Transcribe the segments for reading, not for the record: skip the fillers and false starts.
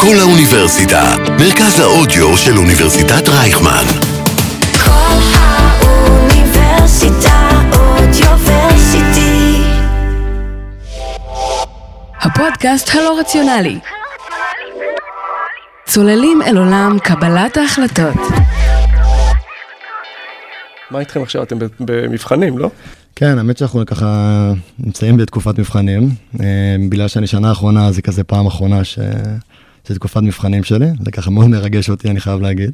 כל האוניברסיטה, מרכז האודיו של אוניברסיטת רייכמן. כל האוניברסיטה אודיוורסיטי. הפודקאסט הלא רציונלי. צוללים אל עולם קבלת ההחלטות. מה איתכם עכשיו? אתם במבחנים, לא? כן, האמת שאנחנו ככה נמצאים בתקופת מבחנים. בגלל שאני שנה האחרונה, זה כזה פעם אחרונה שזה תקופת מבחנים שלי. זה ככה מאוד מרגש אותי, אני חייב להגיד.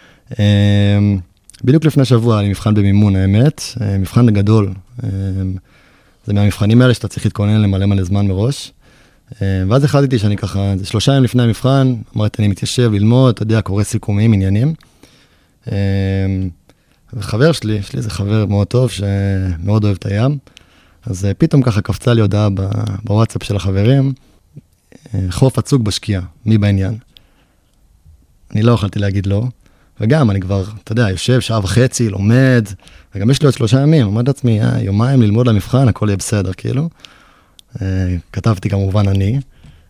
בדיוק לפני שבוע, אני מבחן במימון, האמת. מבחן גדול. זה מהמבחנים האלה שאתה צריך להתכונן למלא זמן מראש. ואז החלטתי שאני ככה, 3 ימים לפני המבחן, אמרתי, אני מתיישב ללמוד, אתה יודע, קורא סיכומים, עניינים. וחבר שלי, יש לי איזה חבר מאוד טוב, שמאוד אוהב את הים, אז פתאום ככה קפצה לי הודעה בוואטסאפ של החברים, חוף עצוק בשקיעה, מי בעניין? אני לא יכולתי להגיד לא, וגם אני כבר, אתה יודע, יושב 1.5 שעה, לומד, וגם יש לי עוד 3 ימים, אמרתי לעצמי, יומיים ללמוד למבחן, הכל יהיה בסדר, כאילו. כתבתי כמובן אני,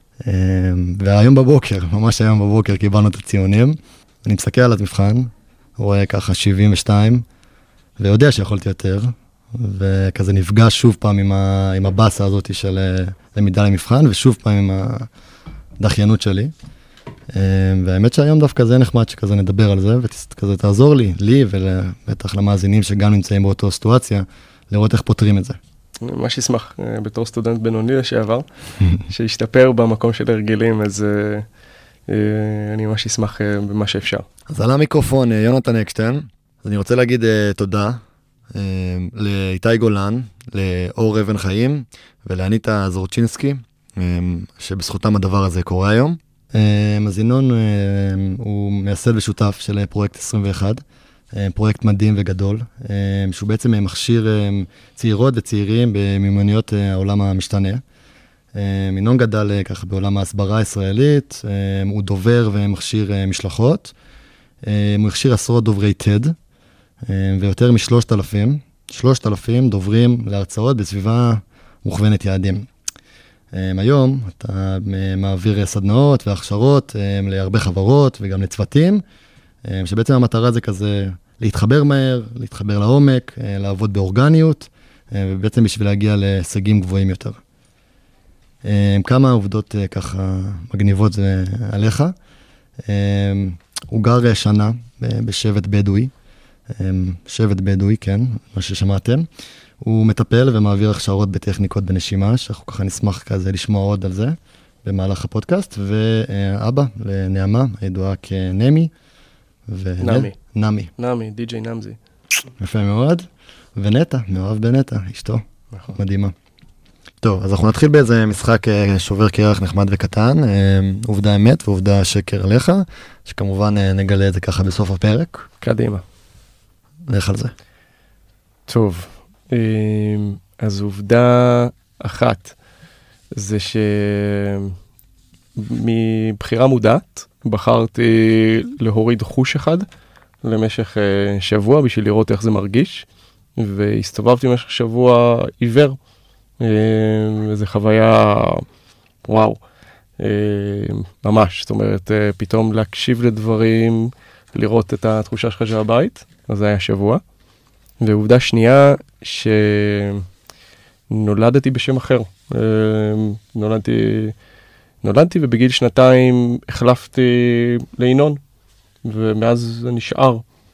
והיום בבוקר, ממש היום בבוקר, קיבלנו את הציונים, אני מסתכל על המבחן, רואה ככה 72, ויודע שיכולתי יותר, וכזה נפגש שוב פעם עם הבאסה הזאת של למידה למבחן, ושוב פעם עם הדחיינות שלי. והאמת שהיום דווקא זה נחמד שכזה נדבר על זה, וכזה תעזור לי ובטח למאזינים שגם נמצאים באותו סיטואציה, לראות איך פותרים את זה. אני ממש אשמח, בתור סטודנט בינוני לשעבר, שישתפר במקום של הרגלים, אז אני ממש אשמח במה שאפשר. אז על המיקרופון, יונתן אקשטיין, אז אני רוצה להגיד תודה לאיתי גולן, לאור אבן חיים ולאניטה זורצ'ינסקי, שבזכותם הדבר הזה קורה היום. אז ינון הוא מייסד ושותף של פרויקט 21, פרויקט מדהים וגדול, שהוא בעצם מכשיר צעירות וצעירים במיומנויות העולם המשתנה. ינון גדל ככה בעולם ההסברה הישראלית, הוא דובר ומכשיר משלחות, הוא הכשיר עשרות דוברי TED, ויותר מ-3,000 דוברים להרצאות בסביבה מוכוונת יעדים. היום אתה מעביר סדנאות והכשרות להרבה חברות וגם לצוותים, שבעצם המטרה זה כזה להתחבר מהר, להתחבר לעומק, לעבוד באורגניות, ובעצם בשביל להגיע להישגים גבוהים יותר. כמה עובדות ככה מגניבות זה עליך. הוא גר שנה בשבט בדואי, כן, מה ששמעתם. הוא מטפל ומעביר הכשרות בטכניקות בנשימה, שאנחנו ככה נשמח כזה לשמוע עוד על זה במהלך הפודקאסט, ואבא לנעמה, הידועה כנמי. נמי, די.ג'יי נמזי. יפה מאוד. ונטע, מאוהב בנטע, אשתו. מדהימה. טוב, אז אנחנו נתחיל באיזה משחק שובר קרח נחמד וקטן, עובדה אמת ועובדה שקר עליך, שכמובן נגלה את זה ככה בסוף הפרק. קדימה. לך על זה. טוב, אז עובדה אחת, זה שמבחירה מודעת, בחרתי להוריד חוש אחד למשך שבוע, בשביל לראות איך זה מרגיש, והסתובבתי במשך שבוע עיוור, וזו חוויה, וואו, ממש, זאת אומרת, פתאום להקשיב לדברים, לראות את התחושה שלך של הבית, אז זה היה שבוע. ועובדה שנייה, שנולדתי בשם אחר. נולדתי ובגיל 2 החלפתי לינון, ומאז זה נשאר.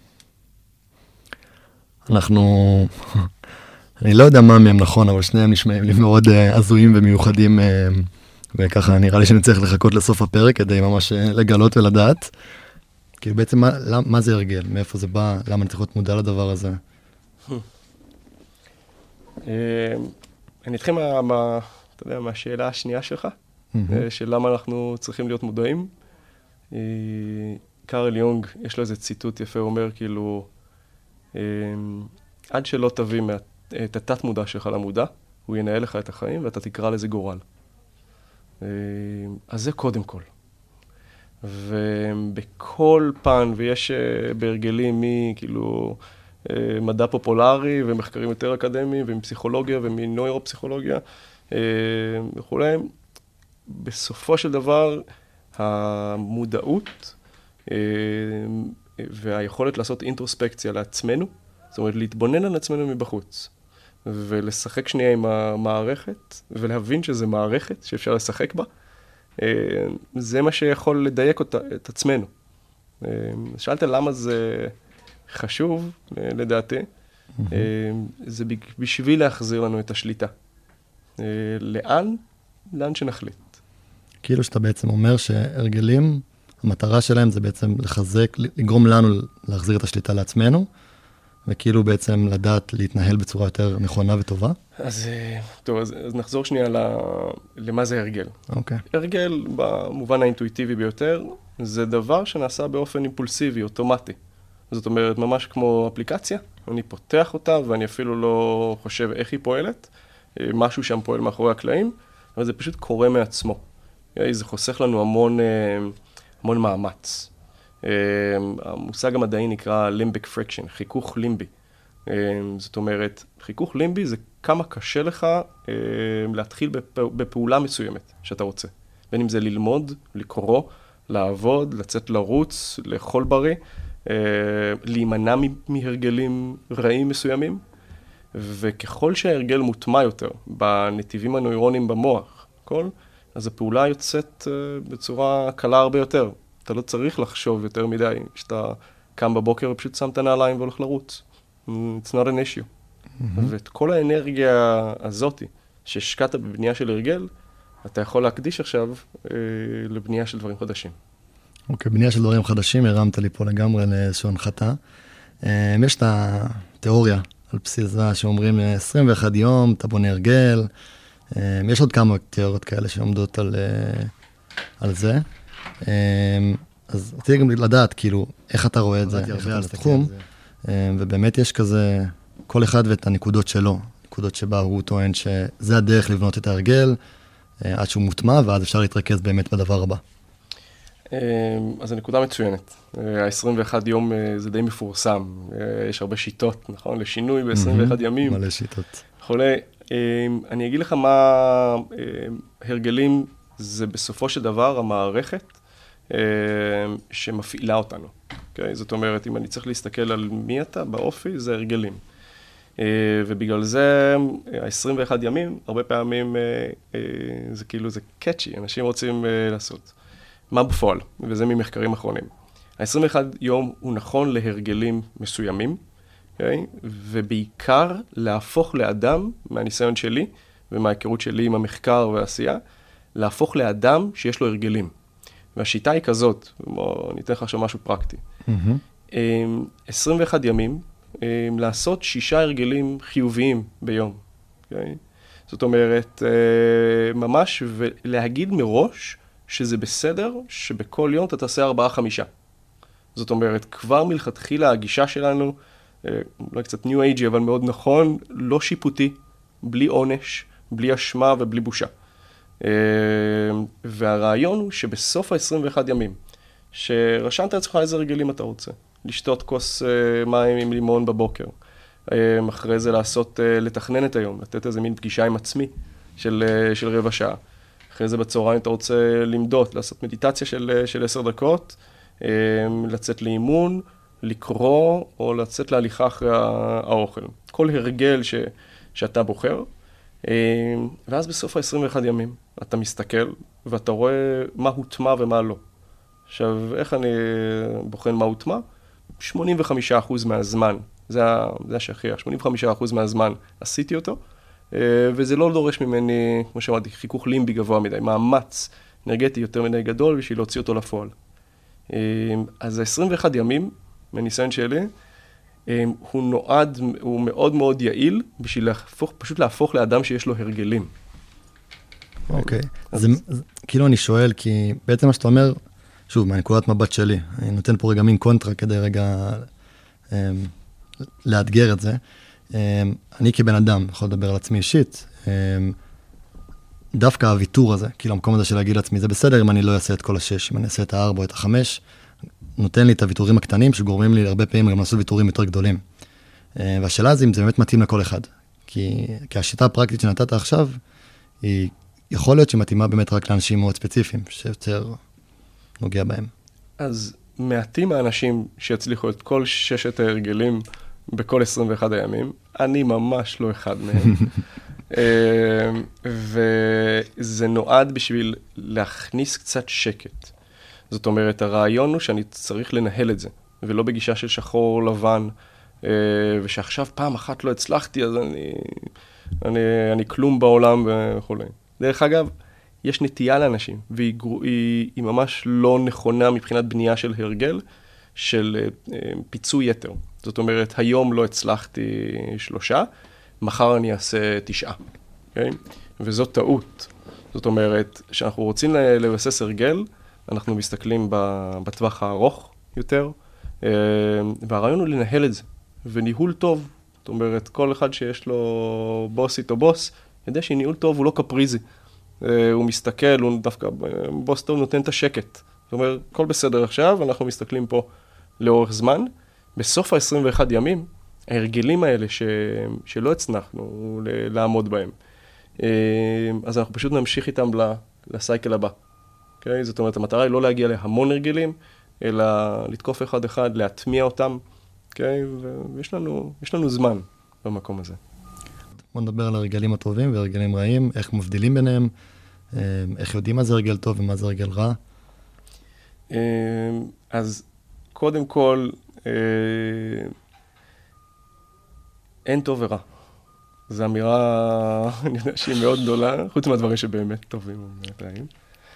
אני לא יודע מה מהם נכון, אבל שניהם נשמעים לי מאוד עזויים ומיוחדים, וככה נראה לי שנצטרך לחכות לסוף הפרק כדי ממש לגלות ולדעת. כי בעצם מה זה הרגל? מאיפה זה בא? למה אני צריך להיות מודע לדבר הזה? אני אתחיל מהשאלה השנייה שלך, של למה אנחנו צריכים להיות מודעים. קארל יונג, יש לו איזה ציטוט יפה, הוא אומר כאילו, עד שלא תביא את התת מודע שלך למודע, הוא ינהל לך את החיים ואתה תקרא לזה גורל. אז זה קודם כל. ובכל פן, ויש בהרגלים כאילו מדע פופולרי ומחקרים יותר אקדמיים ומפסיכולוגיה ומנוירופסיכולוגיה וכו'. בסופו של דבר, המודעות והיכולת לעשות אינטרוספקציה לעצמנו, זאת אומרת, להתבונן על עצמנו מבחוץ, ולשחק שנייה עם המערכת, ולהבין שזה מערכת שאפשר לשחק בה, זה מה שיכול לדייק את עצמנו. שאלת למה זה חשוב, לדעתי, זה בשביל להחזיר לנו את השליטה. לאן שנחליט. כאילו שאתה בעצם אומר שהרגלים, המטרה שלהם זה בעצם לחזק, לגרום לנו להחזיר את השליטה לעצמנו, וכאילו בעצם לדעת להתנהל בצורה יותר נכונה וטובה. אז טוב, אז נחזור שנייה למה זה הרגל. אוקיי. הרגל, במובן האינטואיטיבי ביותר, זה דבר שנעשה באופן אימפולסיבי, אוטומטי. זאת אומרת, ממש כמו אפליקציה, אני פותח אותה ואני אפילו לא חושב איך היא פועלת, משהו שם פועל מאחורי הקלעים, אבל זה פשוט קורה מעצמו. זה חוסך לנו המון מאמץ. המושג המדעי נקרא לימביק פריקשן, חיכוך לימבי. זאת אומרת, חיכוך לימבי זה כמה קשה לך להתחיל בפעולה מסוימת שאתה רוצה. בין אם זה ללמוד, לקרוא, לעבוד, לצאת לרוץ, לאכול בריא, להימנע מהרגלים רעים מסוימים, וככל שההרגל מוטמע יותר בנתיבים הנוירונים במוח, אז הפעולה יוצאת בצורה קלה הרבה יותר. אתה לא צריך לחשוב יותר מדי, כשאתה קם בבוקר ופשוט שם את הנעליים והולך לרוץ. It's not an issue. ואת כל האנרגיה הזאת שהשקעת בבנייה של הרגל, אתה יכול להקדיש עכשיו לבנייה של דברים חדשים. אוקיי, בנייה של דברים חדשים, הרמת לי פה לגמרי לאיזשהו הנחתה. יש את התיאוריה על בסיס זה שאומרים 21 יום, אתה בונה הרגל. יש עוד כמה תיאוריות כאלה שעומדות על זה. אז רציתי גם לדעת, כאילו, איך אתה רואה את זה, איך אתה בתחום, ובאמת יש כזה, כל אחד ואת הנקודות שלו, נקודות שבה הוא טוען שזה הדרך לבנות את ההרגל, עד שהוא מוטמע, ואז אפשר להתרכז באמת בדבר הבא. אז הנקודה מצוינת. ה-21 יום זה די מפורסם. יש הרבה שיטות, נכון? לשינוי ב-21 ימים. מלא שיטות. אני אגיד לך מה הרגלים זה בסופו של דבר המערכת שמפעילה אותנו. זאת אומרת, אם אני צריך להסתכל על מי אתה באופי, זה הרגלים. ובגלל זה, ה-21 ימים, הרבה פעמים זה כאילו, זה קאצ'י, אנשים רוצים לעשות. מה בפועל? וזה ממחקרים אחרונים. ה-21 יום הוא נכון להרגלים מסוימים, ובעיקר להפוך לאדם, מהניסיון שלי ומההיכרות שלי עם המחקר והעשייה, להפוך לאדם שיש לו הרגלים. והשיטה היא כזאת, אני אתן לך עכשיו משהו פרקטי. 21 ימים, לעשות 6 הרגלים חיוביים ביום. זאת אומרת, ממש, ולהגיד מראש שזה בסדר שבכל יום אתה תעשה 4-5. זאת אומרת, כבר מלכתחילה הגישה שלנו, אולי קצת ניו אייג'י, אבל מאוד נכון, לא שיפוטי, בלי עונש, בלי אשמה ובלי בושה. והרעיון הוא שבסוף ה-21 ימים, שרשמת לעצמך איזה רגלים אתה רוצה, לשתות כוס מים עם לימון בבוקר, אחרי זה לתכנן את היום, לתת איזה מין פגישה עם עצמי של רבע שעה. אחרי זה בצהריים אתה רוצה למדוד, לעשות מדיטציה של 10 דקות, לצאת לאימון, לקרוא או לצאת להליכה אחרי האוכל. כל הרגל שאתה בוחר, ואז בסוף ה-21 ימים אתה מסתכל ואתה רואה מה הוטמע ומה לא. עכשיו, איך אני בוחן מה הוטמע? 85% מהזמן, זה השכיח, 85% מהזמן עשיתי אותו, וזה לא דורש ממני, כמו שאמרתי, חיכוך לימבי גבוה מדי, מאמץ אנרגטי יותר מדי גדול בשביל להוציא אותו לפועל. אז ה-21 ימים, מהניסיון שלי, הוא מאוד מאוד יעיל בשביל פשוט להפוך לאדם שיש לו הרגלים. אוקיי, אז כאילו אני שואל, כי בעצם מה שאתה אומר, שוב, מהנקודת מבט שלי, אני נותן פה רגע מין קונטרה כדי רגע לאתגר את זה. אני כבן אדם, יכול לדבר על עצמי אישית, דווקא הוויתור הזה, כאילו המקום הזה של להגיד לעצמי, זה בסדר אם אני לא אעשה את כל 6, אם אני אעשה את 4 או את 5, נותן לי את הוויתורים הקטנים שגורמים לי הרבה פעמים גם לעשות ויתורים יותר גדולים. והשאלה זה אם זה באמת מתאים לכל אחד. כי השיטה הפרקטית שנתת עכשיו, היא יכול להיות שהיא מתאימה באמת רק לאנשים מאוד ספציפיים, שיותר נוגע בהם? אז מעטים האנשים שיצליחו את כל 6 ההרגלים בכל 21 הימים, אני ממש לא אחד מהם. וזה נועד בשביל להכניס קצת שקט. זאת אומרת, הרעיון הוא שאני צריך לנהל את זה, ולא בגישה של שחור לבן, ושעכשיו פעם אחת לא הצלחתי, אז אני כלום בעולם וכו'. דרך אגב, יש נטייה לאנשים, והיא ממש לא נכונה מבחינת בנייה של הרגל, של פיצוי יתר. זאת אומרת, היום לא הצלחתי 3, מחר אני אעשה 9. Okay? וזאת טעות. זאת אומרת, כשאנחנו רוצים לבסס הרגל, אנחנו מסתכלים בטווח הארוך יותר, והרעיון הוא לנהל את זה. וניהול טוב, זאת אומרת, כל אחד שיש לו בוסית או בוס, יודע שניהול טוב הוא לא קפריזי. הוא מסתכל, הוא דווקא, בוס טוב נותן את השקט. זאת אומרת, הכל בסדר עכשיו, אנחנו מסתכלים פה לאורך זמן. בסוף ה-21 ימים, ההרגלים האלה שלא הצלחנו לעמוד בהם, אז אנחנו פשוט נמשיך איתם לסייקל הבא. Okay? זאת אומרת, המטרה היא לא להגיע להמון הרגלים, אלא לתקוף אחד-אחד, להטמיע אותם, okay? ויש לנו זמן במקום הזה. בוא נדבר על הרגלים הטובים והרגלים רעים, איך מבדילים ביניהם, איך יודעים מה זה הרגל טוב ומה זה הרגל רע. אז קודם כל, אין טוב ורע. זו אמירה, אני יודע שהיא מאוד גדולה, חוץ מהדברים שבאמת טובים ורעים.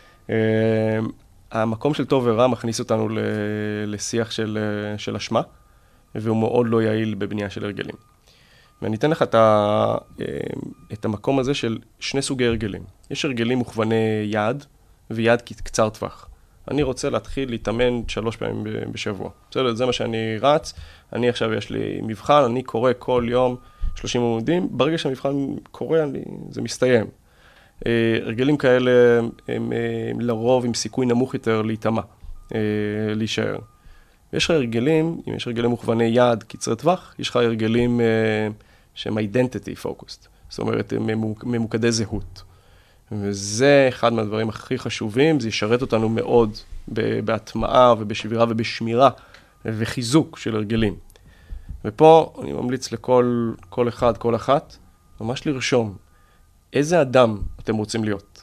המקום של טוב ורע מכניס אותנו לשיח של אשמה, והוא מאוד לא יעיל בבנייה של הרגלים. ואני אתן לך את המקום הזה של 2 סוגי הרגלים. יש הרגלים מוכווני יעד, ויעד קצר טווח. אני רוצה להתחיל להתאמן 3 פעמים בשבוע. בסדר, זה מה שאני רץ. אני עכשיו יש לי מבחן, אני קורא כל יום 30 עמודים. ברגע שהמבחן קורא, זה מסתיים. הרגלים כאלה הם לרוב עם סיכוי נמוך יותר להתאמה, להישאר. ויש לך הרגלים, אם יש הרגלים מוכווני יעד, קצרי טווח, יש לך הרגלים שהם identity focused. זאת אומרת, הם ממוקדי זהות. וזה אחד מהדברים הכי חשובים, זה ישרת אותנו מאוד בהטמעה ובשבירה ובשמירה וחיזוק של הרגלים. ופה אני ממליץ לכל אחד, כל אחת, ממש לרשום איזה אדם אתם רוצים להיות.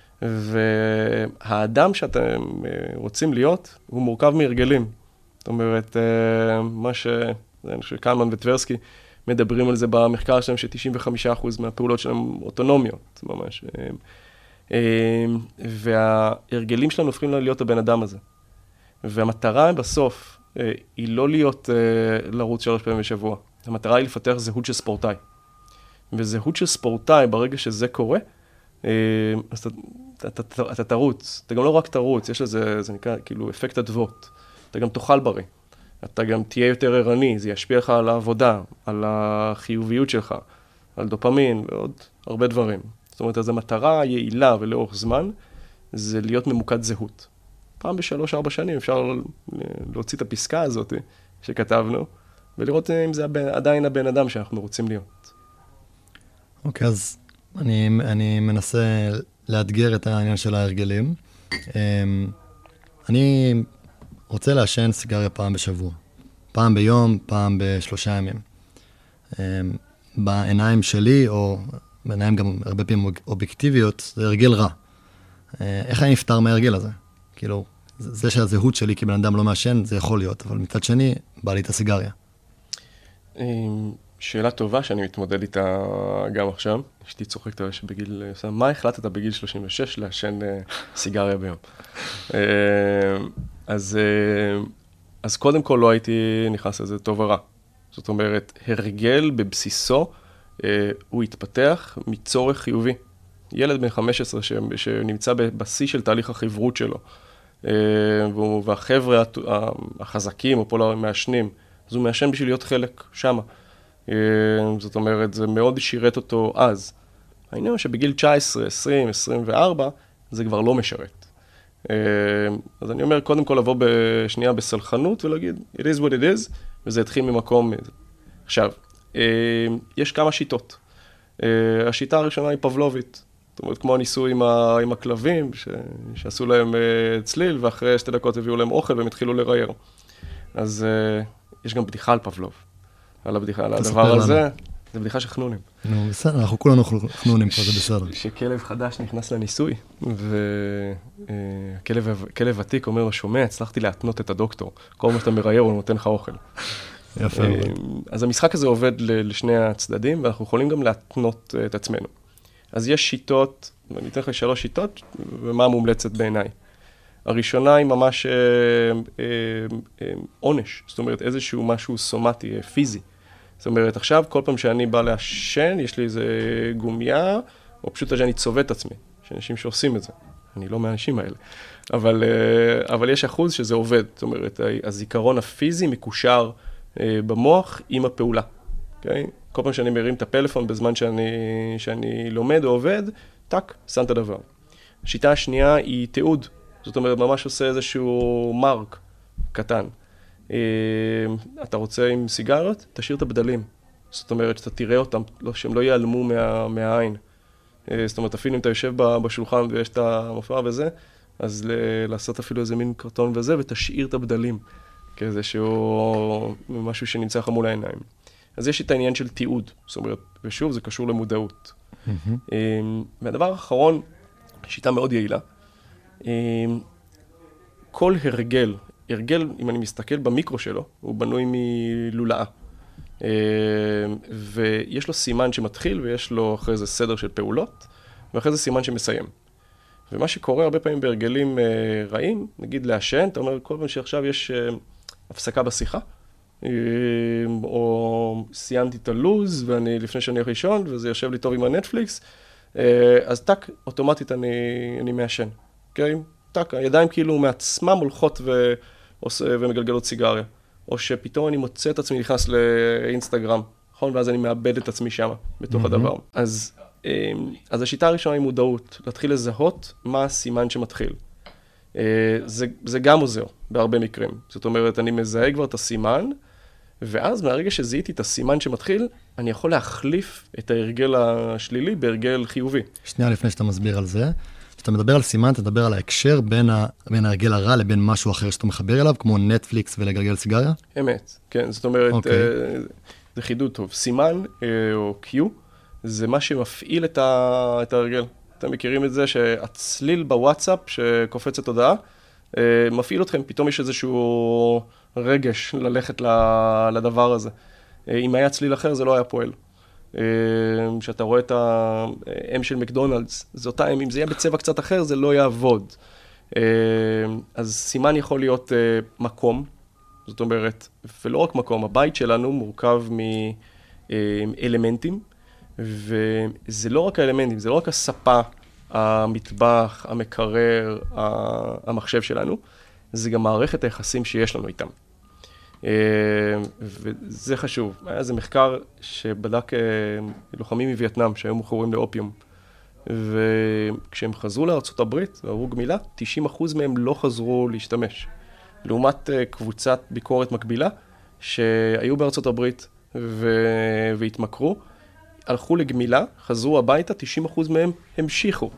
והאדם שאתם רוצים להיות הוא מורכב מהרגלים. זאת אומרת, מה שקלמן וטברסקי מדברים על זה במחקר שלהם, ש95% מהפעולות שלהם אוטונומיות, ממש. וההרגלים שלנו הופכים להיות הבן אדם הזה. והמטרה בסוף היא לא להיות לרוץ 3 פעמים בשבוע. המטרה היא לפתח זהות של ספורטאי. וזהות של ספורטאי, ברגע שזה קורה, אז אתה תרוץ. אתה גם לא רק תרוץ, יש לזה, זה נקרא כאילו אפקט הדבות. אתה גם תאכל בריא. אתה גם תהיה יותר ערני, זה ישפיע לך על העבודה, על החיוביות שלך, על דופמין ועוד הרבה דברים. זאת אומרת, אז המטרה היעילה ולאורך זמן, זה להיות ממוקד זהות. פעם ב3-4 שנים אפשר להוציא את הפסקה הזאת שכתבנו, ולראות אם זה עדיין הבן אדם שאנחנו רוצים להיות. אוקיי, אז אני מנסה לאתגר את העניין של ההרגלים. אני רוצה לעשן סיגריה פעם בשבוע. פעם ביום, פעם ב3 ימים. בעיניים שלי, או בעיניים גם הרבה פעמים אובייקטיביות, זה הרגל רע. איך אני נפטר מההרגל הזה? כאילו, זה שהזהות שלי כבן אדם לא מעשן, זה יכול להיות, אבל מצד שני, בא לי את הסיגריה. שאלה טובה שאני מתמודד איתה גם עכשיו. אשתי צוחקת שבגיל, מה החלטת בגיל 36 לעשן סיגריה ביום? אז קודם כל לא הייתי נכנס לזה טוב ורע. זאת אומרת, הרגל בבסיסו, הוא התפתח מצורך חיובי. ילד בן 15 שנמצא בשיא של תהליך החברות שלו, והחבר'ה החזקים או פה מעשנים, אז הוא מעשן בשביל להיות חלק שמה. זאת אומרת, זה מאוד שירת אותו אז. העניין שבגיל 19, 20, 24, זה כבר לא משרת. אז אני אומר, קודם כל לבוא בשנייה בסלחנות ולהגיד, it is what it is, וזה התחיל ממקום. עכשיו, יש כמה שיטות. השיטה הראשונה היא פבלובית. זאת אומרת, כמו הניסוי עם הכלבים, שעשו להם צליל, ואחרי 2 דקות הביאו להם אוכל והם התחילו לרייר. אז יש גם בדיחה על פבלוב, על הדבר הזה. זה בדיחה של חנונים. נו, בסדר, אנחנו כולנו חנונים פה, זה בסדר. שכלב חדש נכנס לניסוי, וכלב ותיק אומר לו, שומע, הצלחתי להתנות את הדוקטור. כל מה שאתה מרייר, הוא נותן לך אוכל. יפה. אז המשחק הזה עובד לשני הצדדים, ואנחנו יכולים גם להתנות את עצמנו. אז יש שיטות, אני אתן לך 3 שיטות, ומה מומלצת בעיניי. הראשונה היא ממש עונש, זאת אומרת, איזשהו משהו סומטי, פיזי. זאת אומרת, עכשיו, כל פעם שאני בא לעשן, יש לי איזה גומיה, או פשוט שאני צובט את עצמי. יש אנשים שעושים את זה. אני לא מהאנשים האלה. אבל יש אחוז שזה עובד. זאת אומרת, הזיכרון הפיזי מקושר במוח עם הפעולה. Okay? כל פעם שאני מרים את הפלאפון בזמן שאני לומד או עובד, טק, שם את הדבר. השיטה השנייה היא תיעוד. זאת אומרת, ממש עושה איזשהו מרק קטן. אתה רוצה עם סיגריות? תשאיר את הבדלים. זאת אומרת, שאתה תראה אותם, שהם לא ייעלמו מהעין. זאת אומרת, אפילו אם אתה יושב בשולחן ויש את המופע וזה, אז לעשות אפילו איזה מין קרטון וזה, ותשאיר את הבדלים. כאיזשהו משהו שנמצא לך מול העיניים. אז יש את העניין של תיעוד. זאת אומרת, ושוב, זה קשור למודעות. והדבר האחרון, שיטה מאוד יעילה, כל הרגל, אם אני מסתכל במיקרו שלו, הוא בנוי מלולאה. ויש לו סימן שמתחיל, ויש לו אחרי זה סדר של פעולות, ואחרי זה סימן שמסיים. ומה שקורה הרבה פעמים בהרגלים רעים, נגיד לעשן, אתה אומר, כל פעם שעכשיו יש הפסקה בשיחה, או סיימתי את הלוז, ואני לפני שאני הולך לישון, וזה יושב לי טוב עם הנטפליקס, אז טק, אוטומטית אני מעשן. אוקיי? טק, הידיים כאילו מעצמם הולכות ומגלגלות סיגריה. או שפתאום אני מוצא את עצמי נכנס לאינסטגרם, נכון? ואז אני מאבד את עצמי שם, בתוך הדבר. אז השיטה הראשונה היא מודעות, להתחיל לזהות מה הסימן שמתחיל. זה גם עוזר בהרבה מקרים. זאת אומרת, אני מזהה כבר את הסימן, ואז מהרגע שזיהיתי את הסימן שמתחיל, אני יכול להחליף את ההרגל השלילי בהרגל חיובי. שנייה לפני שאתה מסביר על זה, כשאתה מדבר על סימן, אתה מדבר על ההקשר בין ההרגל הרע לבין משהו אחר שאתה מחבר אליו, כמו נטפליקס ולגלגל סיגריה? אמת, כן. זאת אומרת, זה חידוד טוב. סימן או Q, זה מה שמפעיל את ההרגל. אתם מכירים את זה שהצליל בוואטסאפ שקופצת הודעה, מפעיל אתכם, פתאום יש איזשהו רגש ללכת לדבר הזה. אם היה צליל אחר, זה לא היה פועל. כשאתה רואה את האם של מקדונלדס, זה אותה אם זה יהיה בצבע קצת אחר, זה לא יעבוד. אז סימן יכול להיות מקום, זאת אומרת, ולא רק מקום, הבית שלנו מורכב מאלמנטים, וזה לא רק האלמנטים, זה לא רק הספה, המטבח, המקרר, המחשב שלנו, זה גם מערכת היחסים שיש לנו איתם. וזה חשוב. היה איזה מחקר שבדק לוחמים מווייטנאם שהיו מכורים לאופיום. וכשהם חזרו לארצות הברית ועברו גמילה, 90% מהם לא חזרו להשתמש. לעומת קבוצת ביקורת מקבילה שהיו בארצות הברית והתמכרו, הלכו לגמילה, חזרו הביתה, 90% מהם המשיכו.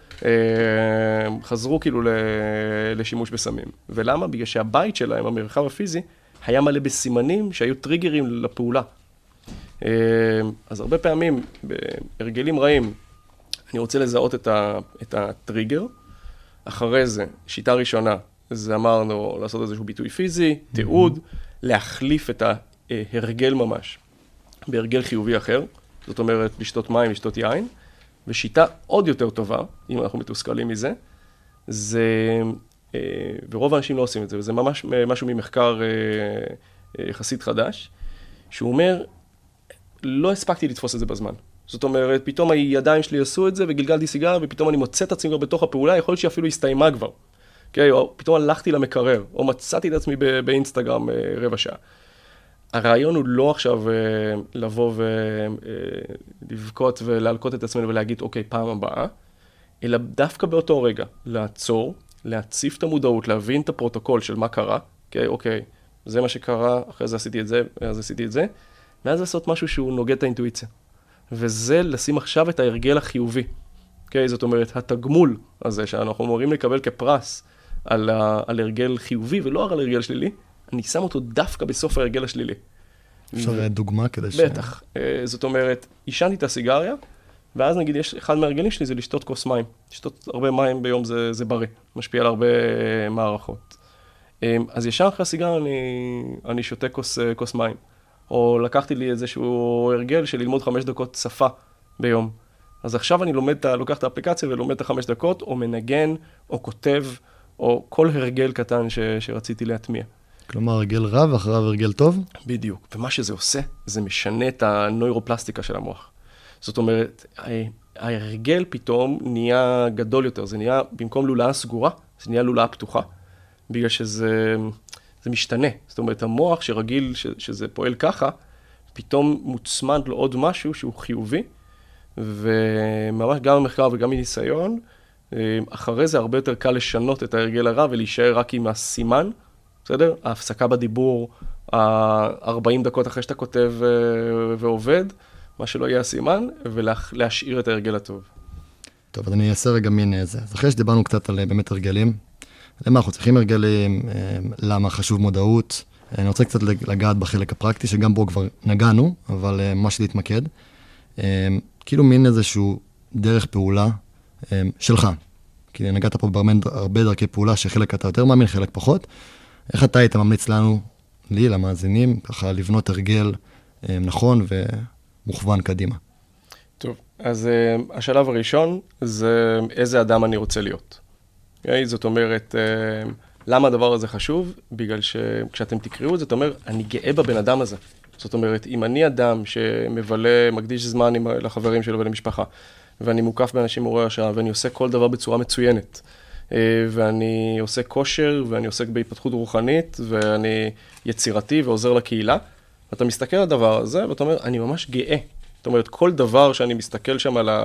חזרו כאילו לשימוש בסמים. ולמה? בגלל שהבית שלהם, המרחב הפיזי, היה מלא בסימנים שהיו טריגרים לפעולה. אז הרבה פעמים, בהרגלים רעים, אני רוצה לזהות את הטריגר. אחרי זה, שיטה ראשונה, זה אמרנו לעשות איזשהו ביטוי פיזי, תיעוד, להחליף את ההרגל ממש בהרגל חיובי אחר. זאת אומרת, לשתות מים, לשתות יין. ושיטה עוד יותר טובה, אם אנחנו מתוסכלים מזה, זה, ורוב האנשים לא עושים את זה, וזה ממש משהו ממחקר יחסית חדש, שהוא אומר, לא הספקתי לתפוס את זה בזמן. זאת אומרת, פתאום הידיים שלי עשו את זה, וגלגלתי סיגריה, ופתאום אני מוצא את עצמי כבר בתוך הפעולה, יכול להיות שאפילו הסתיימה כבר. Okay, או פתאום הלכתי למקרר, או מצאתי את עצמי באינסטגרם רבע שעה. הרעיון הוא לא עכשיו לבוא ולבכות ולהלקות את עצמנו ולהגיד, אוקיי, פעם הבאה, אלא דווקא באותו רגע, לעצור, להציף את המודעות, להבין את הפרוטוקול של מה קרה, אוקיי, זה מה שקרה, אחרי זה עשיתי את זה, אז עשיתי את זה, ואז לעשות משהו שהוא נוגד את האינטואיציה. וזה לשים עכשיו את ההרגל החיובי. אוקיי? זאת אומרת, התגמול הזה שאנחנו אמורים לקבל כפרס על הרגל חיובי ולא על הרגל שלילי, אני שם אותו דווקא בסוף הרגל השלילי. אפשר דוגמה כדי בטח. זאת אומרת, עישנתי את הסיגריה, ואז נגיד, אחד מהרגלים שלי זה לשתות כוס מים. לשתות הרבה מים ביום זה בריא, משפיע על הרבה מערכות. אז ישר אחרי הסיגריה אני שותה כוס מים. או לקחתי לי איזשהו הרגל של ללמוד 5 דקות שפה ביום. אז עכשיו אני לוקח את האפליקציה ולומד את 5 דקות, או מנגן, או כותב, או כל הרגל קטן שרציתי להטמיע. כלומר, הרגל רע ואחריו הרגל טוב? בדיוק. ומה שזה עושה, זה משנה את הנוירופלסטיקה של המוח. זאת אומרת, ההרגל פתאום נהיה גדול יותר. זה נהיה, במקום לולאה סגורה, זה נהיה לולאה פתוחה. בגלל שזה משתנה. זאת אומרת, המוח שרגיל שזה פועל ככה, פתאום מוצמד לו עוד משהו שהוא חיובי, וממש גם במחקר וגם מניסיון, אחרי זה הרבה יותר קל לשנות את ההרגל הרע ולהישאר רק עם הסימן, בסדר? ההפסקה בדיבור, 40 דקות אחרי שאתה כותב ועובד, מה שלא יהיה הסימן, ולהשאיר את ההרגל הטוב. טוב, אז אני אעשה רגע מין זה. אז אחרי שדיברנו קצת על באמת הרגלים, למה אנחנו צריכים הרגלים, למה חשוב מודעות, אני רוצה קצת לגעת בחלק הפרקטי, שגם בו כבר נגענו, אבל ממש להתמקד. כאילו מין איזשהו דרך פעולה שלך. כי נגעת פה בהרבה דרכי פעולה, שחלק אתה יותר מאמין, חלק פחות. איך אתה היית ממליץ לנו, לי, למאזינים, ככה לבנות הרגל נכון ומוכוון קדימה? טוב, אז השלב הראשון זה איזה אדם אני רוצה להיות. זאת אומרת, למה הדבר הזה חשוב? בגלל שכשאתם תקראו את זה, אתה אומר, אני גאה בבן אדם הזה. זאת אומרת, אם אני אדם שמבלה, מקדיש זמן לחברים שלו ולמשפחה, ואני מוקף באנשים מעוררי השראה, ואני עושה כל דבר בצורה מצוינת, ואני עושה כושר, ואני עוסק בהתפתחות רוחנית, ואני יצירתי ועוזר לקהילה, ואתה מסתכל על הדבר הזה, ואתה אומר, אני ממש גאה. זאת אומרת, כל דבר שאני מסתכל שם על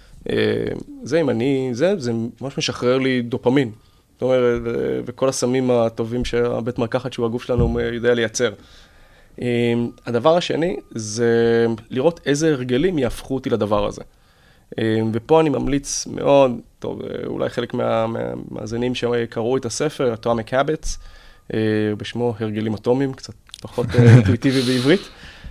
זה, אם אני, זה ממש משחרר לי דופמין. זאת אומרת, וכל הסמים הטובים שהבית מרקחת שהוא הגוף שלנו יודע לייצר. הדבר השני זה לראות איזה הרגלים יהפכו אותי לדבר הזה. ופה אני ממליץ מאוד, טוב, אולי חלק מהמאזינים שקראו את הספר, Atomic Habits, בשמו הרגלים אטומיים, קצת פחות אינטואיטיבי בעברית.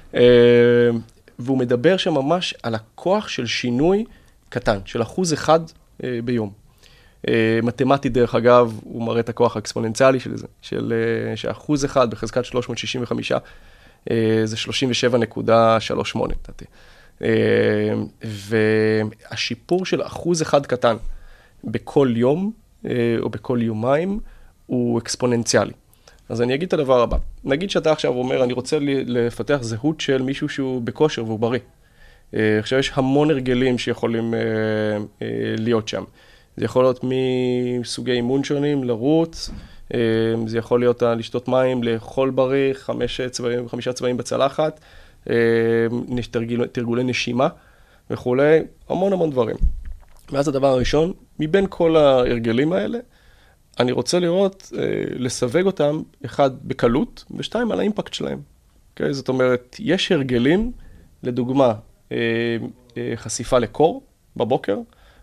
והוא מדבר שם ממש על הכוח של שינוי קטן, של 1% ביום. מתמטית דרך אגב, הוא מראה את הכוח האקספוננציאלי של זה, ש1% בחזקת 365, זה 37.38, נתתי. והשיפור של 1% קטן בכל יום, או בכל יומיים, הוא אקספוננציאלי. אז אני אגיד את הדבר הבא. נגיד שאתה עכשיו אומר, אני רוצה לפתח זהות של מישהו שהוא בכושר והוא בריא. עכשיו יש המון הרגלים שיכולים להיות שם. זה יכול להיות מסוגי אימון שונים, לרוץ, זה יכול להיות לשתות מים, לאכול בריא, 5 צבעים בצלחת, תרגולי נשימה וכולי, המון דברים. ואז הדבר הראשון, מבין כל ההרגלים האלה, אני רוצה לראות, לסווג אותם, אחד בקלות, ושתיים על האימפקט שלהם. Okay? זאת אומרת, יש הרגלים, לדוגמה, חשיפה לקור בבוקר,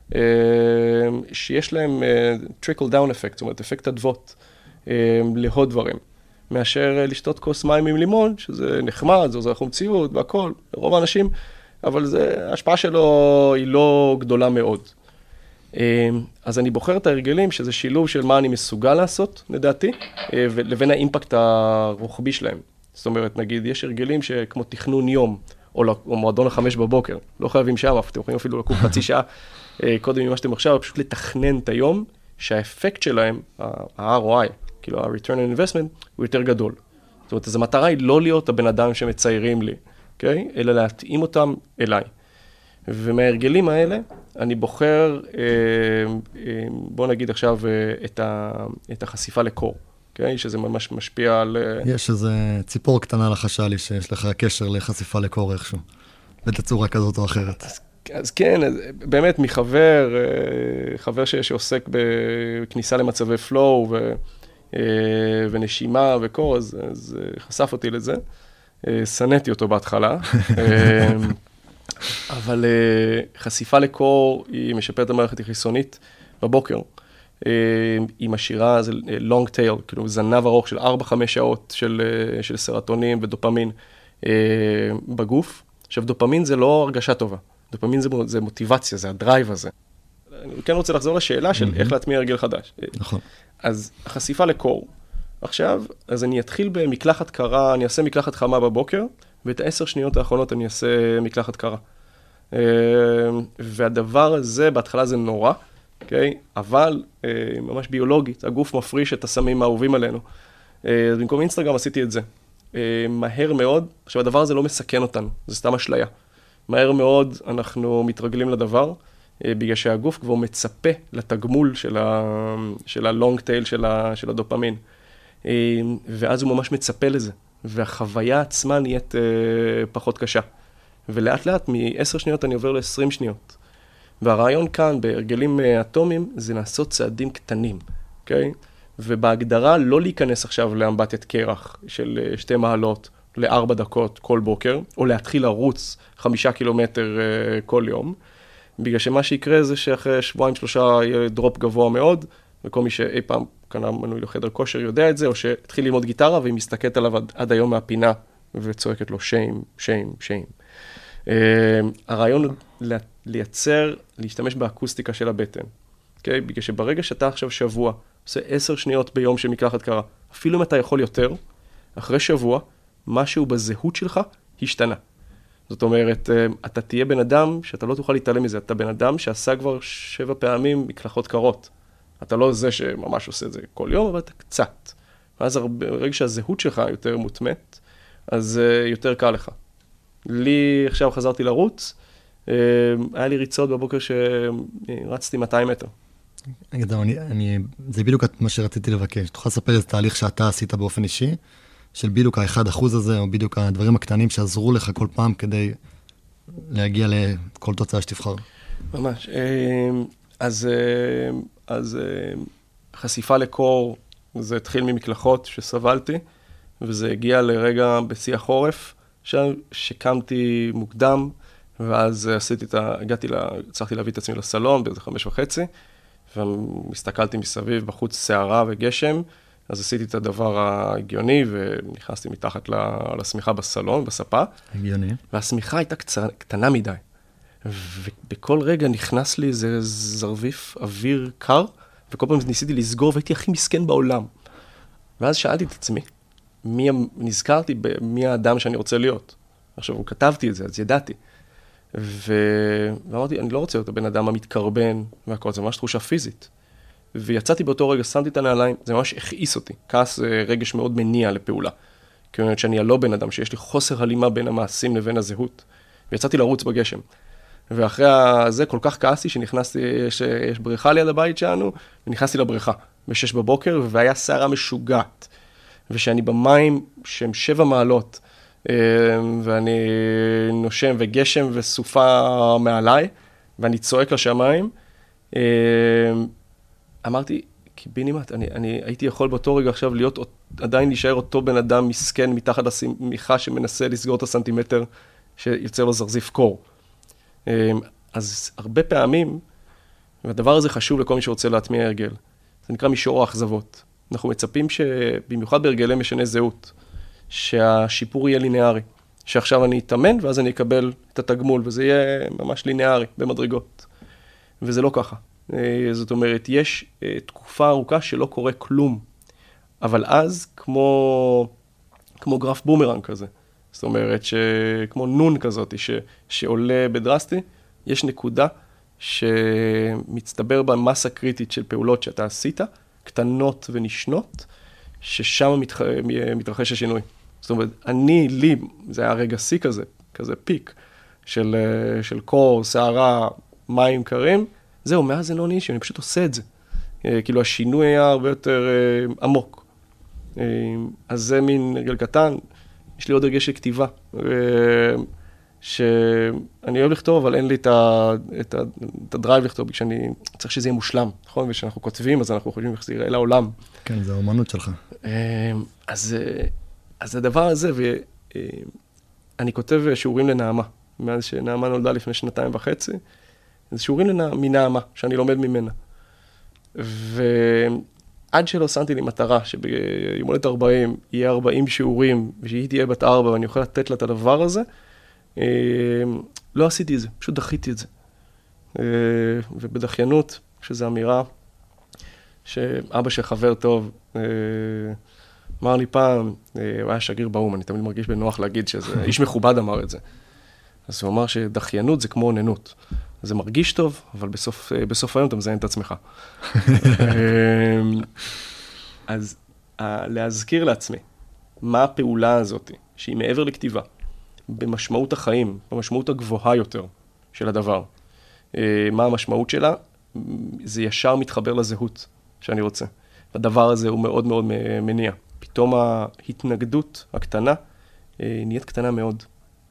שיש להם trickle down effect, זאת אומרת, אפקט אדוות להוד דברים, מאשר לשתות כוס מים עם לימון, שזה נחמד, זה עוזר חומציות והכל, לרוב האנשים, אבל ההשפעה שלו היא לא גדולה מאוד. אז אני בוחר את ההרגלים, שזה שילוב של מה אני מסוגל לעשות, לדעתי, לבין האימפקט הרוחבי שלהם. זאת אומרת, נגיד, יש הרגלים שכמו תכנון יום, או מועדון 5 בבוקר, לא חייבים שעה, אתם יכולים אפילו לקום חצי שעה, קודם ממה שאתם עכשיו, פשוט לתכנן את היום, שהאפקט שלהם, ה-ROI, כאילו ה-Return on Investment, הוא יותר גדול. זאת אומרת, אז המטרה היא לא להיות הבן אדם שמציירים לי, אוקיי? אלא להתאים אותם אליי. ומההרגלים האלה, אני בוחר, בוא נגיד עכשיו, את החשיפה לקור, אוקיי? שזה ממש משפיע על... יש איזה ציפור קטנה לחשה לי שיש לך קשר לחשיפה לקור איכשהו, בתצורה כזאת או אחרת. אז כן, באמת חבר שעוסק בכניסה למצבי פלואו ונשימה וקור, אז חשף אותי לזה. שנאתי אותו בהתחלה. אבל חשיפה לקור היא משפרת את המערכת החיסונית בבוקר. היא משאירה, זה long tail, כאילו זנב ארוך של 4-5 שעות של סרטונין ודופמין בגוף. עכשיו, דופמין זה לא הרגשה טובה. דופמין זה מוטיבציה, זה הדרייב הזה. אני כן רוצה לחזור לשאלה של איך להטמיע הרגל חדש. נכון. אז החשיפה לקור. עכשיו, אז אני אתחיל במקלחת קרה, אני אעשה מקלחת חמה בבוקר, ואת 10 שניות האחרונות אני אעשה מקלחת קרה. והדבר הזה, בהתחלה זה נורא, אוקיי? אבל ממש ביולוגית, הגוף מפריש את הסמים האהובים עלינו. במקום אינסטגרם עשיתי את זה. מהר מאוד, עכשיו הדבר הזה לא מסכן אותנו, זה סתם אשליה. מהר מאוד אנחנו מתרגלים לדבר, בגלל שהגוף כבר מצפה לתגמול של הלונג טייל של הדופמין. ואז הוא ממש מצפה לזה, והחוויה עצמה נהיית פחות קשה. ולאט לאט מ10 שניות אני עובר ל20 שניות. והרעיון כאן בהרגלים אטומיים זה לעשות צעדים קטנים, אוקיי? ובהגדרה לא להיכנס עכשיו לאמבטיית קרח של 2 מעלות ל4 דקות כל בוקר, או להתחיל לרוץ 5 קילומטר כל יום, בגלל שמה שיקרה זה שאחרי 2-3 יהיה דרופ גבוה מאוד, וכל מי שאי פעם קנה מנוי לחדר כושר יודע את זה, או שהתחיל ללמוד גיטרה והיא מסתכלת עליו עד היום מהפינה, וצועקת לו שיים, שיים, שיים. הרעיון הוא לייצר, להשתמש באקוסטיקה של הבטן. אוקיי? בגלל שברגע שאתה עכשיו שבוע, עושה 10 שניות ביום של מקלחת קרה, אפילו אם אתה יכול יותר, אחרי שבוע, משהו בזהות שלך השתנה. זאת אומרת, אתה תהיה בן אדם שאתה לא תוכל להתעלם מזה, אתה בן אדם שעשה כבר 7 פעמים מקלחות קרות. אתה לא זה שממש עושה את זה כל יום, אבל אתה קצת. ואז ברגע שהזהות שלך יותר מוטמעת, אז יותר קל לך. לי עכשיו חזרתי לרוץ, היה לי ריצות בבוקר שרצתי 200 מטר. זה בדיוק מה שרציתי לבקש. תוכל לספר איזה תהליך שאתה עשית באופן אישי, של בדיוק ה1% הזה, או בדיוק הדברים הקטנים שעזרו לך כל פעם כדי להגיע לכל תוצאה שתבחר. ממש. אז חשיפה לקור, זה התחיל ממקלחות שסבלתי, וזה הגיע לרגע בשיא החורף, שקמתי מוקדם, ואז הצלחתי להביא את עצמי לסלון באיזה 5:30, ומסתכלתי מסביב בחוץ שערה וגשם, אז עשיתי את הדבר ההגיוני, ונכנסתי מתחת לשמיכה בסלון, בספה. הגיוני. והשמיכה הייתה קטנה מדי. ובכל רגע נכנס לי איזה זרביף אוויר קר, וכל פעם ניסיתי לסגור, והייתי הכי מסכן בעולם. ואז שאלתי את עצמי, נזכרתי במי האדם שאני רוצה להיות. עכשיו, כתבתי את זה, אז ידעתי. ואמרתי, אני לא רוצה להיות הבן אדם המתקרבן, והכל, זה ממש תחושה פיזית. ויצאתי באותו רגע, שמתי את הנעליים, זה ממש הכעיס אותי. כעס זה רגש מאוד מניע לפעולה. כי אני אומרת שאני לא בן אדם, שיש לי חוסר הלימה בין המעשים לבין הזהות. ויצאתי לרוץ בגשם. ואחרי זה כל כך כעסתי שנכנסתי, יש בריכה ליד הבית שלנו, ונכנסתי לבריכה ב6 בבוקר, והיה שערה משוגעת. ושאני במים שהם 7 מעלות, ואני נושם וגשם וסופה מעליי, ואני צועק לשמיים, אמרתי, קיבינימט, אני הייתי יכול באותו רגע עכשיו עדיין להישאר אותו בן אדם מסכן מתחת לשמיכה שמנסה לסגור את הסנטימטר שיוצא לו זרזיף קור. אז הרבה פעמים, והדבר הזה חשוב לכל מי שרוצה להטמיע הרגל, זה נקרא מישור האכזבות. אנחנו מצפים שבמיוחד בהרגלי משנה זהות, שהשיפור יהיה לינארי. שעכשיו אני אתאמן ואז אני אקבל את התגמול, וזה יהיה ממש לינארי במדרגות. וזה לא ככה. זאת אומרת, יש תקופה ארוכה שלא קורה כלום. אבל אז, כמו גרף בומרנג כזה, זאת אומרת, כמו נון כזאת, שעולה בדרסטי, יש נקודה שמצטבר במסה קריטית של פעולות שאתה עשית, קטנות ונשנות, ששם מתרחש השינוי. זאת אומרת, לי, זה היה רגע שיא כזה פיק, של קור, שערה, מים קרים, זהו, מאז זה לא נהיה, אני פשוט עושה את זה. כאילו, השינוי היה הרבה יותר עמוק. אז זה מין הרגל קטן, יש לי עוד הרגל של כתיבה, שאני אוהב לכתוב, אבל אין לי את הדרייב לכתוב, כשאני צריך שזה יהיה מושלם, נכון? וכשאנחנו כותבים, אז אנחנו חושבים איך זה יראה לעולם. כן, זה האומנות שלך. אז הדבר הזה, ואני כותב שיעורים לנעמה, מאז שנעמה נולדה לפני 2.5 זה שיעורים מנעמה, שאני לומד ממנה. ועד שלא שמתי לי מטרה, שביום הולדת 40 יהיה 40 שיעורים, ושהיא תהיה בת 4, ואני יכול לתת לה את הדבר הזה, לא עשיתי את זה, פשוט דחיתי את זה. ובדחיינות, שזו אמירה, שאבא שחבר טוב, אמר לי פעם, הוא היה שגריר באום, אני תמיד מרגיש בנוח להגיד שזה, איש מכובד אמר את זה. אז הוא אמר שדחיינות זה כמו עוננות. זה מרגיש טוב, אבל בסוף היום אתה מזיין את עצמך. אז להזכיר לעצמי, מה הפעולה הזאת, שהיא מעבר לכתיבה, במשמעות החיים, במשמעות הגבוהה יותר של הדבר. מה המשמעות שלה? זה ישר מתחבר לזהות שאני רוצה. הדבר הזה הוא מאוד מאוד מניע. פתאום ההתנגדות הקטנה נהיית קטנה מאוד.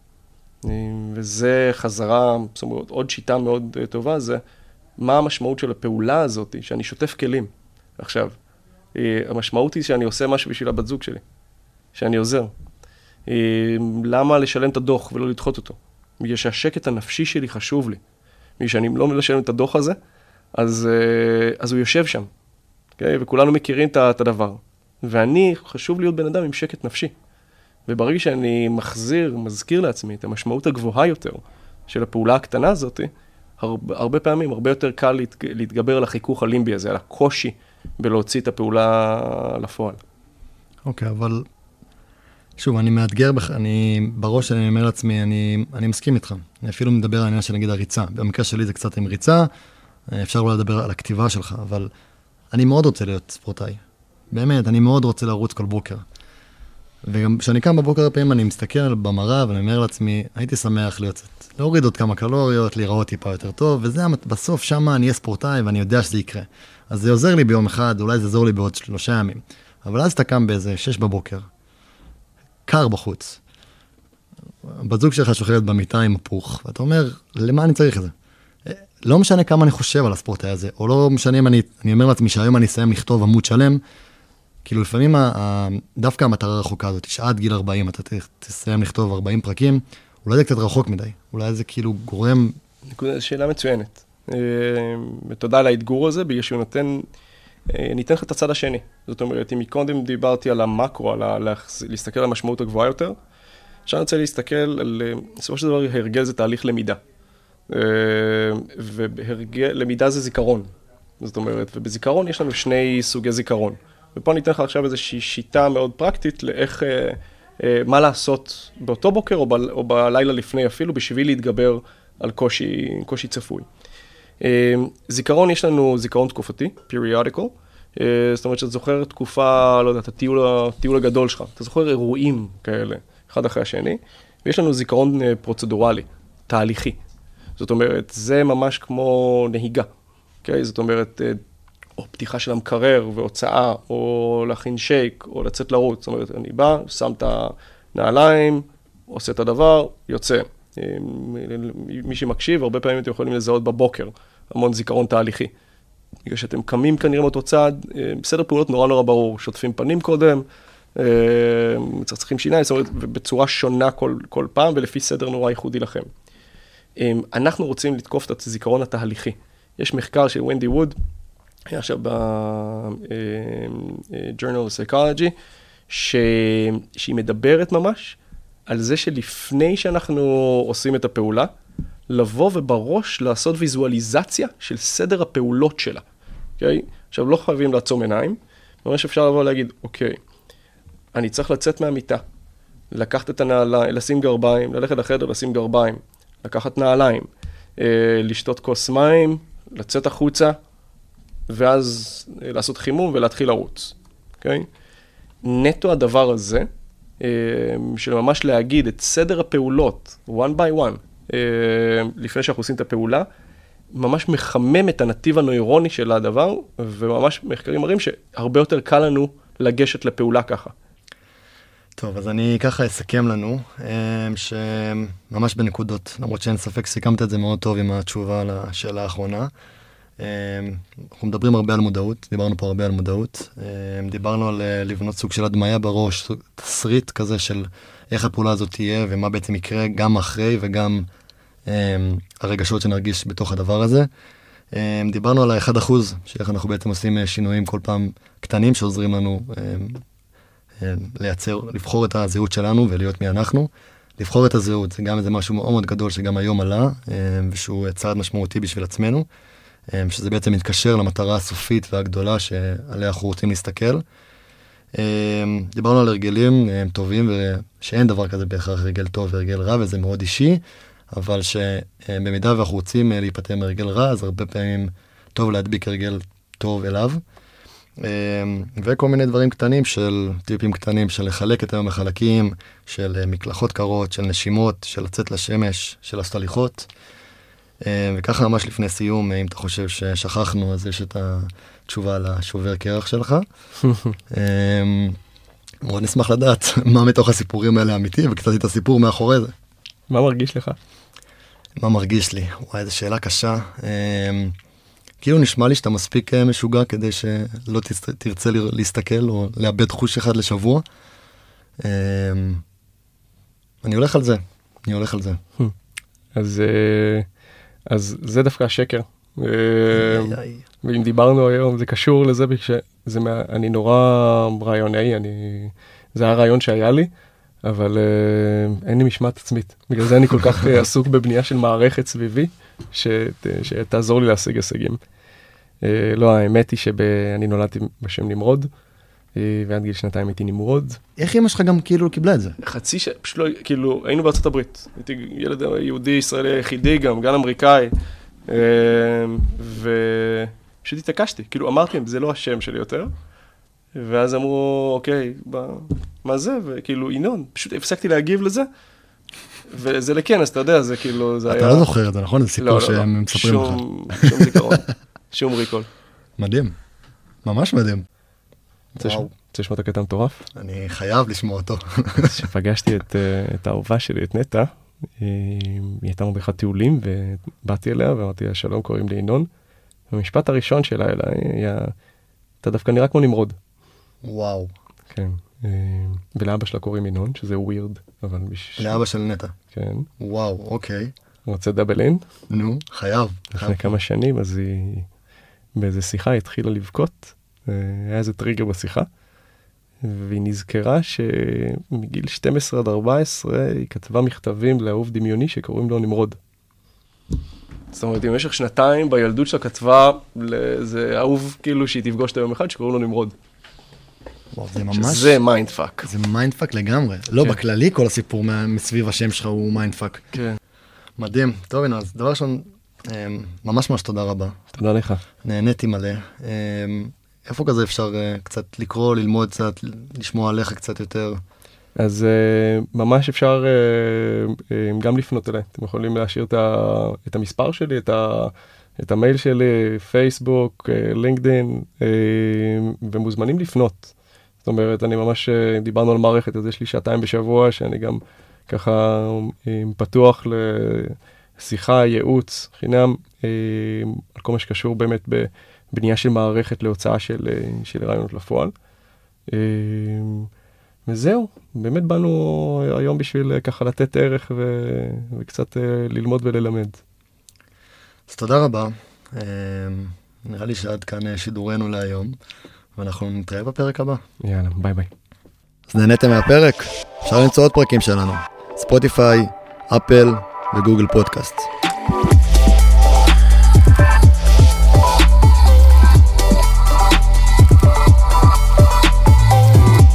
וזה חזרה, זאת אומרת, עוד שיטה מאוד טובה, זה מה המשמעות של הפעולה הזאת, שאני שוטף כלים. עכשיו, המשמעות היא שאני עושה משהו בשביל הבת זוג שלי, שאני עוזר. למה לשלם את הדוח ולא לדחות אותו? בגלל שהשקט הנפשי שלי חשוב לי. בגלל שאני לא משלם את הדוח הזה, אז הוא יושב שם. Okay? וכולנו מכירים את הדבר. ואני חשוב להיות בן אדם עם שקט נפשי. וברגע שאני מזכיר לעצמי את המשמעות הגבוהה יותר של הפעולה הקטנה הזאת, הרבה פעמים, הרבה יותר קל להתגבר על החיכוך הלימבי הזה, על הקושי בלהוציא את הפעולה לפועל. אוקיי, אבל שוב, אני מאתגר, בראש אני אומר לעצמי, אני מסכים איתך. אני אפילו מדבר על העניין של נגיד הריצה. במקרה שלי זה קצת עם ריצה, אפשר אולי לדבר על הכתיבה שלך, אבל אני מאוד רוצה להיות ספורטאי. באמת, אני מאוד רוצה לרוץ כל בוקר. וגם כשאני קם בבוקר הפעמים, אני מסתכל במראה ואני אומר לעצמי, הייתי שמח להוריד עוד כמה קלוריות, להיראות טיפה יותר טוב, וזה בסוף שמה אני אהיה ספורטאי ואני יודע שזה יקרה. אז זה עוזר לי ביום אחד, אולי זה עוזר לי בעוד 3 ימים. אבל אז אתה קם באיזה 6 בבוקר, קר בחוץ. בת זוג שלך שוכבת במיטה עם הפוך, ואתה אומר, למה אני צריך את זה? לא משנה כמה אני חושב על הספורטאי הזה, או לא משנה אם אני אומר לעצמי שהיום אני אסיים לכתוב עמוד שלם, כאילו לפעמים דווקא המטרה הרחוקה הזאת, שעד גיל 40 אתה תסיים לכתוב 40 פרקים, אולי זה קצת רחוק מדי, אולי זה כאילו גורם... שאלה מצוינת. ותודה על האתגור הזה, בגלל שהוא ניתן לך את הצד השני. זאת אומרת, אם מקודם דיברתי על המקרו, על להסתכל על המשמעות הגבוהה יותר, עכשיו אני רוצה להסתכל על, בסופו של דבר, הרגל זה תהליך למידה. ולמידה זה זיכרון. זאת אומרת, ובזיכרון יש לנו 2 סוגי זיכרון. ופה אני אתן לך עכשיו איזושהי שיטה מאוד פרקטית לאיך, מה לעשות באותו בוקר או בלילה לפני אפילו, בשביל להתגבר על קושי צפוי. זיכרון, יש לנו זיכרון תקופתי, periodical, זאת אומרת שאתה זוכר תקופה, לא יודע, את הטיול הגדול שלך, אתה זוכר אירועים כאלה, אחד אחרי השני, ויש לנו זיכרון פרוצדורלי, תהליכי. זאת אומרת, זה ממש כמו נהיגה, okay? זאת אומרת, או פתיחה של המקרר והוצאה, או להכין שייק, או לצאת לרוץ. זאת אומרת, אני בא, שם את הנעליים, עושה את הדבר, יוצא. מי שמקשיב, הרבה פעמים אתם יכולים לזהות בבוקר, המון זיכרון תהליכי. בגלל שאתם קמים כנראה מאותו צעד, בסדר פעולות נורא ברור, שוטפים פנים קודם, מצחצחים שיניים, זאת אומרת, בצורה שונה כל פעם, ולפי סדר נורא ייחודי לכם. אנחנו רוצים לתקוף את הזיכרון התהליכי. יש מחקר של ונדי ווד, עכשיו ב-Journal of Psychology, שהיא מדברת ממש על זה שלפני שאנחנו עושים את הפעולה, לבוא ובראש לעשות ויזואליזציה של סדר הפעולות שלה. אוקיי? עכשיו, לא חייבים לעצום עיניים, ממש אפשר לבוא להגיד, אוקיי, אני צריך לצאת מהמיטה, לקחת את הנעליים, לשים גרביים, ללכת לחדר, לשים גרביים, לקחת נעליים, לשתות כוס מים, לצאת החוצה, ואז לעשות חימום ולהתחיל לרוץ. אוקיי? נטו הדבר הזה, של ממש להגיד את סדר הפעולות, one by one, לפני שאנחנו עושים את הפעולה, ממש מחמם את הנתיב הנוירוני של הדבר, וממש מחקרים מראים שהרבה יותר קל לנו לגשת לפעולה ככה. טוב, אז אני ככה אסכם לנו, שממש בנקודות, למרות שאין ספק, סיכמת את זה מאוד טוב עם התשובה לשאלה האחרונה. אנחנו מדברים הרבה על מודעות, דיברנו פה הרבה על מודעות, דיברנו על לבנות סוג של הדמיה בראש, תסריט כזה של איך הפעולה הזאת תהיה ומה בעצם יקרה גם אחרי וגם הרגשות שנרגיש בתוך הדבר הזה. דיברנו על ה-1%, שאיך אנחנו בעצם עושים שינויים כל פעם קטנים שעוזרים לנו לייצר, לבחור את הזהות שלנו ולהיות מי אנחנו. לבחור את הזהות זה גם איזה משהו מאוד מאוד גדול שגם היום עלה, ושהוא צעד משמעותי בשביל עצמנו, שזה בעצם מתקשר למטרה הסופית והגדולה שעליה אנחנו רוצים להסתכל. דיברנו על הרגלים טובים, ושאין דבר כזה בהכרח הרגל טוב והרגל רע, וזה מאוד אישי, אבל שבמידה ואנחנו רוצים להיפטר מהרגל רע, אז הרבה פעמים טוב להדביק הרגל טוב אליו. וכל מיני דברים קטנים טיפים קטנים של לחלק את היום לחלקים, של מקלחות קרות, של נשימות, של לצאת לשמש, של הסתליחות. וככה ממש לפני סיום, אם אתה חושב ששכחנו, אז יש את התשובה לשובר קרח שלך. מאוד נשמח לדעת מה מתוך הסיפורים האלה אמיתי, וקצת את הסיפור מאחורי זה. מה מרגיש לך? מה מרגיש לי? וואי, זו שאלה קשה. כאילו נשמע לי שאתה מספיק משוגע כדי שלא תרצה להסתכל או לאבד חוש אחד לשבוע. אני הולך על זה. אז זה דווקא השקר. ואם דיברנו היום, זה קשור לזה, אני נורא רעיונאי, זה היה רעיון שהיה לי, אבל אין לי משמעת עצמית. בגלל זה אני כל כך עסוק בבנייה של מערכת סביבי, שתעזור לי להשיג הישגים. לא, האמת היא שאני נולדתי בשם נמרוד, ועד גיל 2 הייתי נמרוד. איך אמא שלך גם כאילו קיבלה את זה? פשוט לא, כאילו, היינו בארצות הברית. הייתי ילד יהודי, ישראלי היחידי גם אמריקאי. ופשוט התעקשתי, כאילו אמרתי להם, זה לא השם שלי יותר. ואז אמרו, אוקיי, מה זה? וכאילו, ינון, פשוט הפסקתי להגיב לזה. וזה לכן, אז אתה יודע, זה כאילו, זה היה... אתה לא זוכר את זה, נכון? זה סיפור שהם מספרים לך. שום זיכרון, שום ריקול. מדהים, ממש מדהים. רוצה לשמוע את הקטע מטורף? אני חייב לשמוע אותו. כשפגשתי את האהובה שלי, את נטע, היא הייתה מדריכת טיולים, ובאתי אליה ואמרתי לה, שלום, קוראים לי ינון. המשפט הראשון שלה היה, אתה דווקא נראה כמו נמרוד. וואו. כן. ולאבא שלה קוראים ינון, שזה ווירד, אבל... לאבא של נטע. כן. וואו, אוקיי. רוצה דאבל אין? נו, חייב. לפני כמה שנים, אז היא באיזה שיחה התחילה לבכות, היה איזה טריגר בשיחה, והיא נזכרה שמגיל 12 עד 14 היא כתבה מכתבים לאהוב דמיוני שקוראים לו נמרוד. זאת אומרת, במשך 2 בילדות שלה כתבה לאיזה אהוב כאילו שהיא תפגוש את היום אחד שקוראים לו נמרוד. וואו, זה ממש... שזה מיינדפאק. זה מיינדפאק לגמרי. לא, בכללי כל הסיפור מסביב השם שלך הוא מיינדפאק. כן. מדהים. טוב, הנה, אז דבר ראשון, ממש תודה רבה. תודה לך. נהניתי מלא. איפה כזה אפשר קצת לקרוא, ללמוד קצת, לשמוע עליך קצת יותר? אז ממש אפשר גם לפנות אליי. אתם יכולים להשאיר את המספר שלי, את המייל שלי, פייסבוק, לינקדין, ומוזמנים לפנות. זאת אומרת, אני ממש, דיברנו על מערכת, אז יש לי 2 בשבוע, שאני גם ככה פתוח לשיחה, ייעוץ, חינם, על כל מה שקשור באמת בבנייה של מערכת להוצאה של רעיונות לפועל. וזהו, באמת באנו היום בשביל ככה לתת ערך וקצת ללמוד וללמד. אז תודה רבה. נראה לי שעד כאן שידורנו להיום, ואנחנו נתראה בפרק הבא. יאללה, ביי ביי. אז נהניתם מהפרק? אפשר למצוא עוד פרקים שלנו. ספוטיפיי, אפל וגוגל פודקאסט.